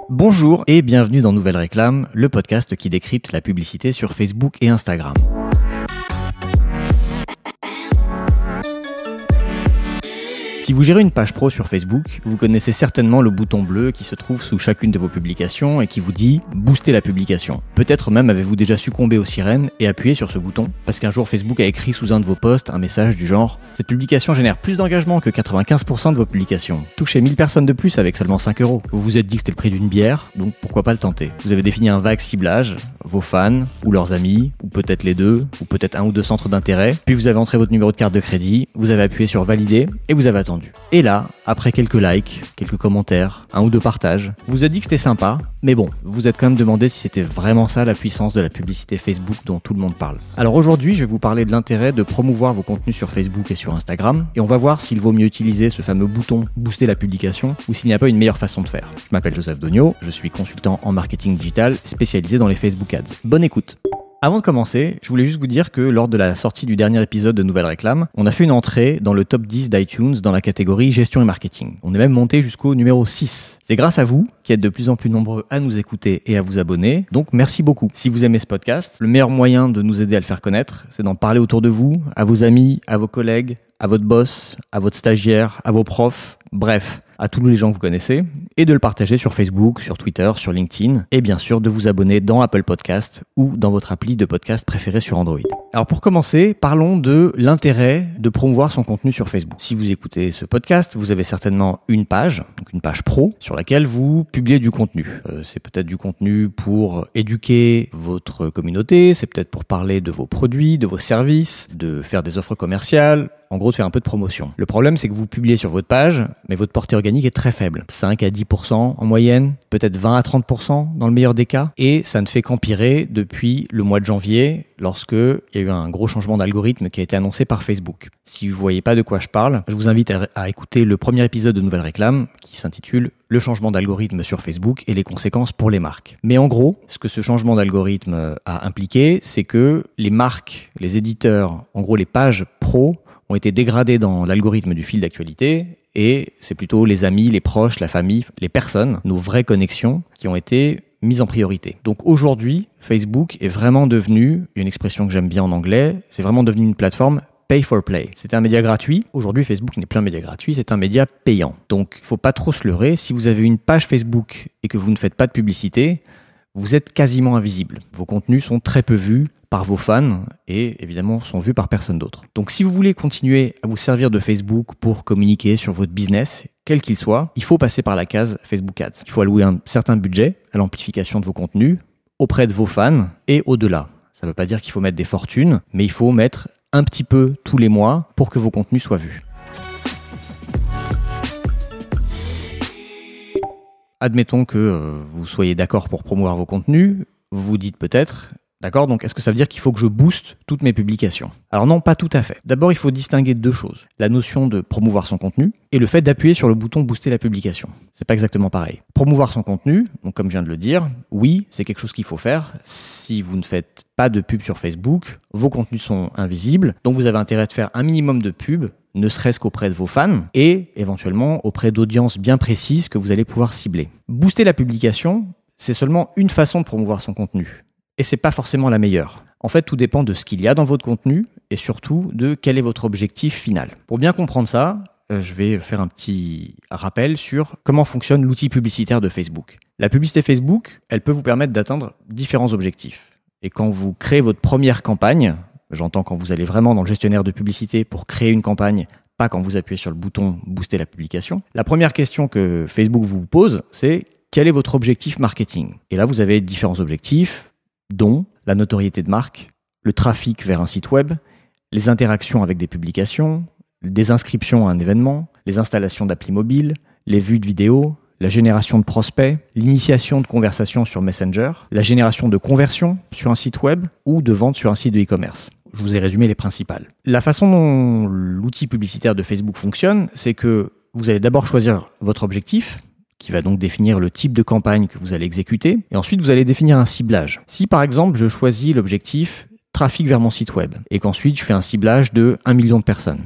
Bonjour et bienvenue dans Nouvelle Réclame, le podcast qui décrypte la publicité sur Facebook et Instagram. Si vous gérez une page pro sur Facebook, vous connaissez certainement le bouton bleu qui se trouve sous chacune de vos publications et qui vous dit « Booster la publication ». Peut-être même avez-vous déjà succombé aux sirènes et appuyé sur ce bouton parce qu'un jour Facebook a écrit sous un de vos posts un message du genre « Cette publication génère plus d'engagement que 95% de vos publications. Touchez 1000 personnes de plus avec seulement 5 €. » Vous vous êtes dit que c'était le prix d'une bière, donc pourquoi pas le tenter. Vous avez défini un vague ciblage, vos fans, ou leurs amis, ou peut-être les deux, ou peut-être un ou deux centres d'intérêt, puis vous avez entré votre numéro de carte de crédit, vous avez appuyé sur « Valider » et vous avez attendu. Et là, après quelques likes, quelques commentaires, un ou deux partages, vous avez dit que c'était sympa, mais bon, vous vous êtes quand même demandé si c'était vraiment ça la puissance de la publicité Facebook dont tout le monde parle. Alors aujourd'hui, je vais vous parler de l'intérêt de promouvoir vos contenus sur Facebook et sur Instagram, et on va voir s'il vaut mieux utiliser ce fameux bouton « Booster la publication » ou s'il n'y a pas une meilleure façon de faire. Je m'appelle Joseph Dogno, je suis consultant en marketing digital spécialisé dans les Facebook Ads. Bonne écoute! Avant de commencer, je voulais juste vous dire que lors de la sortie du dernier épisode de Nouvelle Réclame, on a fait une entrée dans le top 10 d'iTunes dans la catégorie gestion et marketing. On est même monté jusqu'au numéro 6. C'est grâce à vous qui êtes de plus en plus nombreux à nous écouter et à vous abonner. Donc merci beaucoup. Si vous aimez ce podcast, le meilleur moyen de nous aider à le faire connaître, c'est d'en parler autour de vous, à vos amis, à vos collègues, à votre boss, à votre stagiaire, à vos profs, bref, à tous les gens que vous connaissez, et de le partager sur Facebook, sur Twitter, sur LinkedIn, et bien sûr de vous abonner dans Apple Podcast ou dans votre appli de podcast préférée sur Android. Alors pour commencer, parlons de l'intérêt de promouvoir son contenu sur Facebook. Si vous écoutez ce podcast, vous avez certainement une page, donc une page pro, sur laquelle vous publiez du contenu. C'est peut-être du contenu pour éduquer votre communauté, c'est peut-être pour parler de vos produits, de vos services, de faire des offres commerciales, en gros de faire un peu de promotion. Le problème, c'est que vous publiez sur votre page, mais votre portée organique est très faible. 5 à 10% en moyenne, peut-être 20 à 30% dans le meilleur des cas. Et ça ne fait qu'empirer depuis le mois de janvier, lorsque il y a eu un gros changement d'algorithme qui a été annoncé par Facebook. Si vous voyez pas de quoi je parle, je vous invite à écouter le premier épisode de Nouvelle Réclame, qui s'intitule « Le changement d'algorithme sur Facebook et les conséquences pour les marques ». Mais en gros, ce que ce changement d'algorithme a impliqué, c'est que les marques, les éditeurs, en gros les pages pro, ont été dégradés dans l'algorithme du fil d'actualité et c'est plutôt les amis, les proches, la famille, les personnes, nos vraies connexions qui ont été mises en priorité. Donc aujourd'hui, Facebook est vraiment devenu, une expression que j'aime bien en anglais, c'est vraiment devenu une plateforme pay for play. C'était un média gratuit. Aujourd'hui, Facebook n'est plus un média gratuit, c'est un média payant. Donc il faut pas trop se leurrer. Si vous avez une page Facebook et que vous ne faites pas de publicité, vous êtes quasiment invisible. Vos contenus sont très peu vus par vos fans et évidemment sont vus par personne d'autre. Donc si vous voulez continuer à vous servir de Facebook pour communiquer sur votre business, quel qu'il soit, il faut passer par la case Facebook Ads. Il faut allouer un certain budget à l'amplification de vos contenus auprès de vos fans et au-delà. Ça ne veut pas dire qu'il faut mettre des fortunes, mais il faut mettre un petit peu tous les mois pour que vos contenus soient vus. Admettons que vous soyez d'accord pour promouvoir vos contenus, vous vous dites peut-être « D'accord, donc est-ce que ça veut dire qu'il faut que je booste toutes mes publications ?» Alors non, pas tout à fait. D'abord, il faut distinguer deux choses. La notion de promouvoir son contenu et le fait d'appuyer sur le bouton « Booster la publication ». C'est pas exactement pareil. Promouvoir son contenu, donc comme je viens de le dire, oui, c'est quelque chose qu'il faut faire. Si vous ne faites pas de pub sur Facebook, vos contenus sont invisibles, donc vous avez intérêt de faire un minimum de pub, ne serait-ce qu'auprès de vos fans et éventuellement auprès d'audiences bien précises que vous allez pouvoir cibler. Booster la publication, c'est seulement une façon de promouvoir son contenu. Et c'est pas forcément la meilleure. En fait, tout dépend de ce qu'il y a dans votre contenu et surtout de quel est votre objectif final. Pour bien comprendre ça, je vais faire un petit rappel sur comment fonctionne l'outil publicitaire de Facebook. La publicité Facebook, elle peut vous permettre d'atteindre différents objectifs. Et quand vous créez votre première campagne, j'entends quand vous allez vraiment dans le gestionnaire de publicité pour créer une campagne, pas quand vous appuyez sur le bouton « Booster la publication », la première question que Facebook vous pose, c'est « Quel est votre objectif marketing ?» Et là, vous avez différents objectifs, dont la notoriété de marque, le trafic vers un site web, les interactions avec des publications, des inscriptions à un événement, les installations d'applis mobiles, les vues de vidéos, la génération de prospects, l'initiation de conversations sur Messenger, la génération de conversions sur un site web ou de vente sur un site de e-commerce. Je vous ai résumé les principales. La façon dont l'outil publicitaire de Facebook fonctionne, c'est que vous allez d'abord choisir votre objectif, qui va donc définir le type de campagne que vous allez exécuter. Et ensuite, vous allez définir un ciblage. Si par exemple, je choisis l'objectif trafic vers mon site web et qu'ensuite, je fais un ciblage de 1 million de personnes.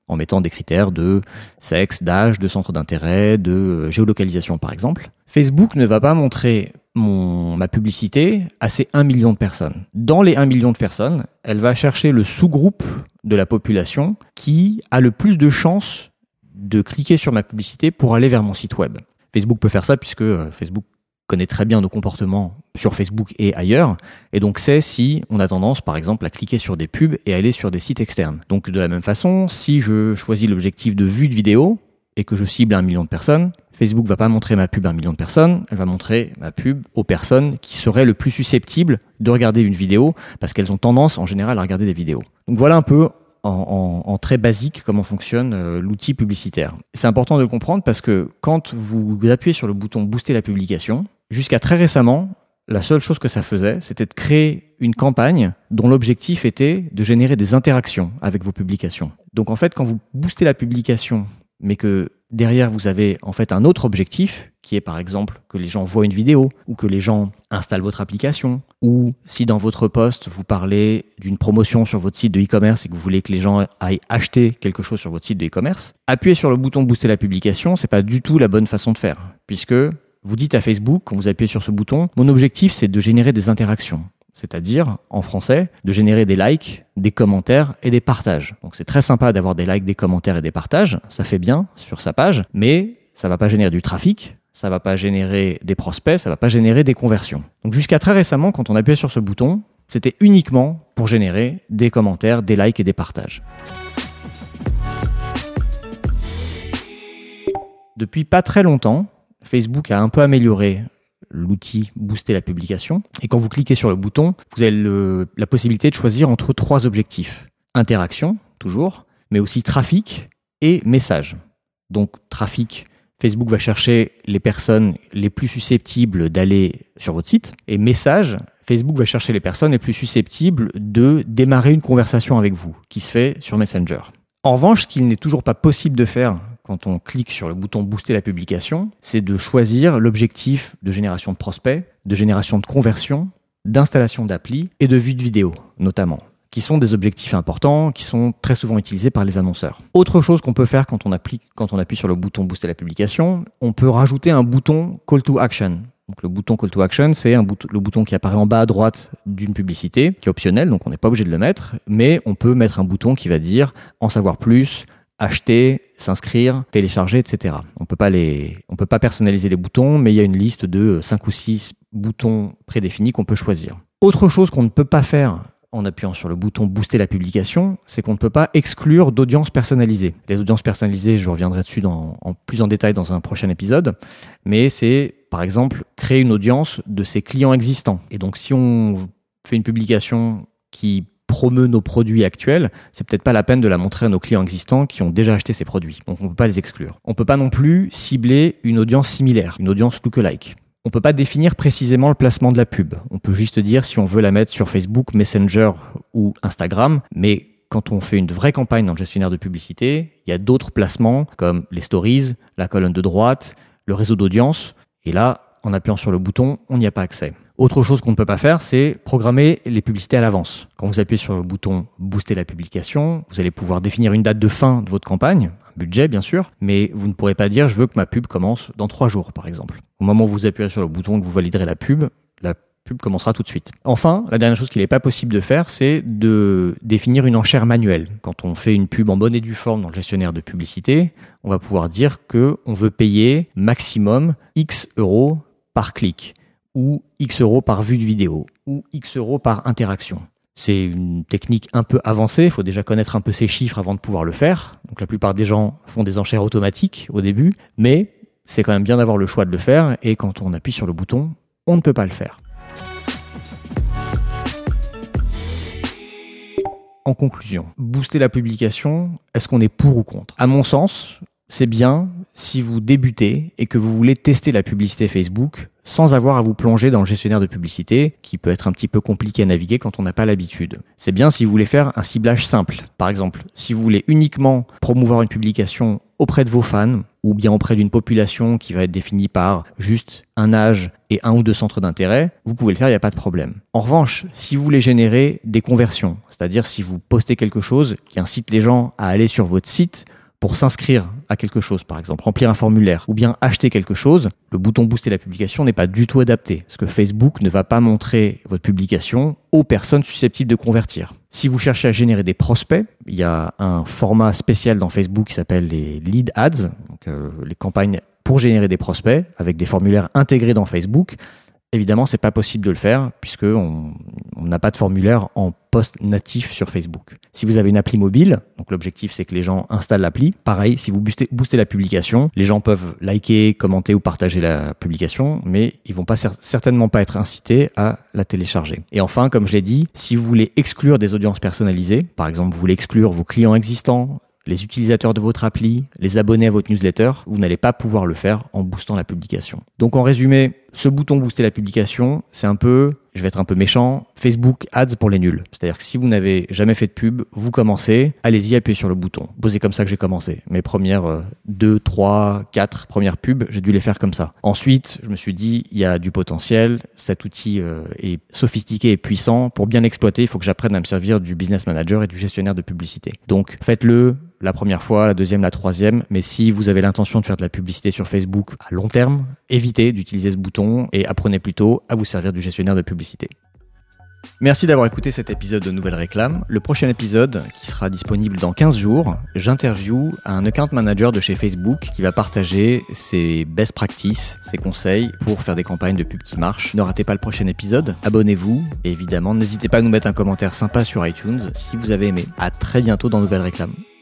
en mettant des critères de sexe, d'âge, de centre d'intérêt, de géolocalisation par exemple. Facebook ne va pas montrer ma publicité à ces 1 million de personnes. Dans les 1 million de personnes, elle va chercher le sous-groupe de la population qui a le plus de chances de cliquer sur ma publicité pour aller vers mon site web. Facebook peut faire ça puisque Facebook connaît très bien nos comportements sur Facebook et ailleurs, et donc sait si on a tendance, par exemple, à cliquer sur des pubs et à aller sur des sites externes. Donc de la même façon, si je choisis l'objectif de vue de vidéo et que je cible 1 million de personnes, Facebook va pas montrer ma pub à 1 million de personnes, elle va montrer ma pub aux personnes qui seraient le plus susceptibles de regarder une vidéo, parce qu'elles ont tendance en général à regarder des vidéos. Donc voilà un peu en très basique comment fonctionne l'outil publicitaire. C'est important de le comprendre parce que quand vous appuyez sur le bouton booster la publication, jusqu'à très récemment, la seule chose que ça faisait, c'était de créer une campagne dont l'objectif était de générer des interactions avec vos publications. Donc en fait, quand vous boostez la publication, mais que derrière vous avez en fait un autre objectif, qui est par exemple que les gens voient une vidéo, ou que les gens installent votre application, ou si dans votre post vous parlez d'une promotion sur votre site de e-commerce et que vous voulez que les gens aillent acheter quelque chose sur votre site de e-commerce, appuyer sur le bouton booster la publication, c'est pas du tout la bonne façon de faire, puisque vous dites à Facebook, quand vous appuyez sur ce bouton, mon objectif c'est de générer des interactions. C'est-à-dire, en français, de générer des likes, des commentaires et des partages. Donc c'est très sympa d'avoir des likes, des commentaires et des partages, ça fait bien sur sa page, mais ça va pas générer du trafic, ça va pas générer des prospects, ça va pas générer des conversions. Donc jusqu'à très récemment, quand on appuyait sur ce bouton, c'était uniquement pour générer des commentaires, des likes et des partages. Depuis pas très longtemps, Facebook a un peu amélioré l'outil booster la publication. Et quand vous cliquez sur le bouton, vous avez la possibilité de choisir entre 3 objectifs. Interaction, toujours, mais aussi trafic et message. Donc trafic, Facebook va chercher les personnes les plus susceptibles d'aller sur votre site. Et message, Facebook va chercher les personnes les plus susceptibles de démarrer une conversation avec vous, qui se fait sur Messenger. En revanche, ce qu'il n'est toujours pas possible de faire quand on clique sur le bouton booster la publication, c'est de choisir l'objectif de génération de prospects, de génération de conversion, d'installation d'appli et de vue de vidéo, notamment, qui sont des objectifs importants, qui sont très souvent utilisés par les annonceurs. Autre chose qu'on peut faire quand on appuie sur le bouton booster la publication, on peut rajouter un bouton call to action. Donc le bouton call to action, c'est le bouton qui apparaît en bas à droite d'une publicité, qui est optionnel, donc on n'est pas obligé de le mettre, mais on peut mettre un bouton qui va dire en savoir plus, acheter, s'inscrire, télécharger, etc. On peut pas personnaliser les boutons, mais il y a une liste de 5 ou 6 boutons prédéfinis qu'on peut choisir. Autre chose qu'on ne peut pas faire en appuyant sur le bouton booster la publication, c'est qu'on ne peut pas exclure d'audience personnalisée. Les audiences personnalisées, je reviendrai dessus plus en détail dans un prochain épisode, mais c'est par exemple créer une audience de ses clients existants. Et donc si on fait une publication qui promeut nos produits actuels, c'est peut-être pas la peine de la montrer à nos clients existants qui ont déjà acheté ces produits. Donc on peut pas les exclure. On peut pas non plus cibler une audience similaire, une audience lookalike. On peut pas définir précisément le placement de la pub. On peut juste dire si on veut la mettre sur Facebook, Messenger ou Instagram, mais quand on fait une vraie campagne dans le gestionnaire de publicité, il y a d'autres placements comme les stories, la colonne de droite, le réseau d'audience, et là, en appuyant sur le bouton, on n'y a pas accès. Autre chose qu'on ne peut pas faire, c'est programmer les publicités à l'avance. Quand vous appuyez sur le bouton « Booster la publication », vous allez pouvoir définir une date de fin de votre campagne, un budget bien sûr, mais vous ne pourrez pas dire « Je veux que ma pub commence dans 3 jours » par exemple. Au moment où vous appuyez sur le bouton et que vous validerez la pub commencera tout de suite. Enfin, la dernière chose qu'il n'est pas possible de faire, c'est de définir une enchère manuelle. Quand on fait une pub en bonne et due forme dans le gestionnaire de publicité, on va pouvoir dire qu'on veut payer maximum X euros par clic, ou X euros par vue de vidéo, ou X euros par interaction. C'est une technique un peu avancée, il faut déjà connaître un peu ces chiffres avant de pouvoir le faire. Donc la plupart des gens font des enchères automatiques au début, mais c'est quand même bien d'avoir le choix de le faire, et quand on appuie sur le bouton, on ne peut pas le faire. En conclusion, booster la publication, est-ce qu'on est pour ou contre ? À mon sens, c'est bien si vous débutez et que vous voulez tester la publicité Facebook sans avoir à vous plonger dans le gestionnaire de publicité, qui peut être un petit peu compliqué à naviguer quand on n'a pas l'habitude. C'est bien si vous voulez faire un ciblage simple. Par exemple, si vous voulez uniquement promouvoir une publication auprès de vos fans ou bien auprès d'une population qui va être définie par juste un âge et un ou deux centres d'intérêt, vous pouvez le faire, il n'y a pas de problème. En revanche, si vous voulez générer des conversions, c'est-à-dire si vous postez quelque chose qui incite les gens à aller sur votre site pour s'inscrire à quelque chose, par exemple, remplir un formulaire ou bien acheter quelque chose, le bouton booster la publication n'est pas du tout adapté parce que Facebook ne va pas montrer votre publication aux personnes susceptibles de convertir. Si vous cherchez à générer des prospects, il y a un format spécial dans Facebook qui s'appelle les lead ads, donc les campagnes pour générer des prospects avec des formulaires intégrés dans Facebook. Évidemment, c'est pas possible de le faire puisque on n'a pas de formulaire en post natif sur Facebook. Si vous avez une appli mobile, donc l'objectif c'est que les gens installent l'appli. Pareil, si vous boostez la publication, les gens peuvent liker, commenter ou partager la publication, mais ils vont certainement pas être incités à la télécharger. Et enfin, comme je l'ai dit, si vous voulez exclure des audiences personnalisées, par exemple, vous voulez exclure vos clients existants, les utilisateurs de votre appli, les abonnés à votre newsletter, vous n'allez pas pouvoir le faire en boostant la publication. Donc en résumé, ce bouton booster la publication, c'est un peu, je vais être un peu méchant, Facebook Ads pour les nuls. C'est-à-dire que si vous n'avez jamais fait de pub, vous commencez, allez-y, appuyez sur le bouton. C'est comme ça que j'ai commencé. Mes premières 2, 3, 4 premières pubs, j'ai dû les faire comme ça. Ensuite, je me suis dit, il y a du potentiel, cet outil est sophistiqué et puissant. Pour bien l'exploiter, il faut que j'apprenne à me servir du business manager et du gestionnaire de publicité. Donc faites-le la première fois, la deuxième, la troisième, mais si vous avez l'intention de faire de la publicité sur Facebook à long terme, évitez d'utiliser ce bouton et apprenez plutôt à vous servir du gestionnaire de publicité. Merci d'avoir écouté cet épisode de Nouvelles Réclames. Le prochain épisode, qui sera disponible dans 15 jours, j'interviewe un account manager de chez Facebook qui va partager ses best practices, ses conseils pour faire des campagnes de pub qui marchent. Ne ratez pas le prochain épisode, abonnez-vous et évidemment, n'hésitez pas à nous mettre un commentaire sympa sur iTunes si vous avez aimé. À très bientôt dans Nouvelles Réclames.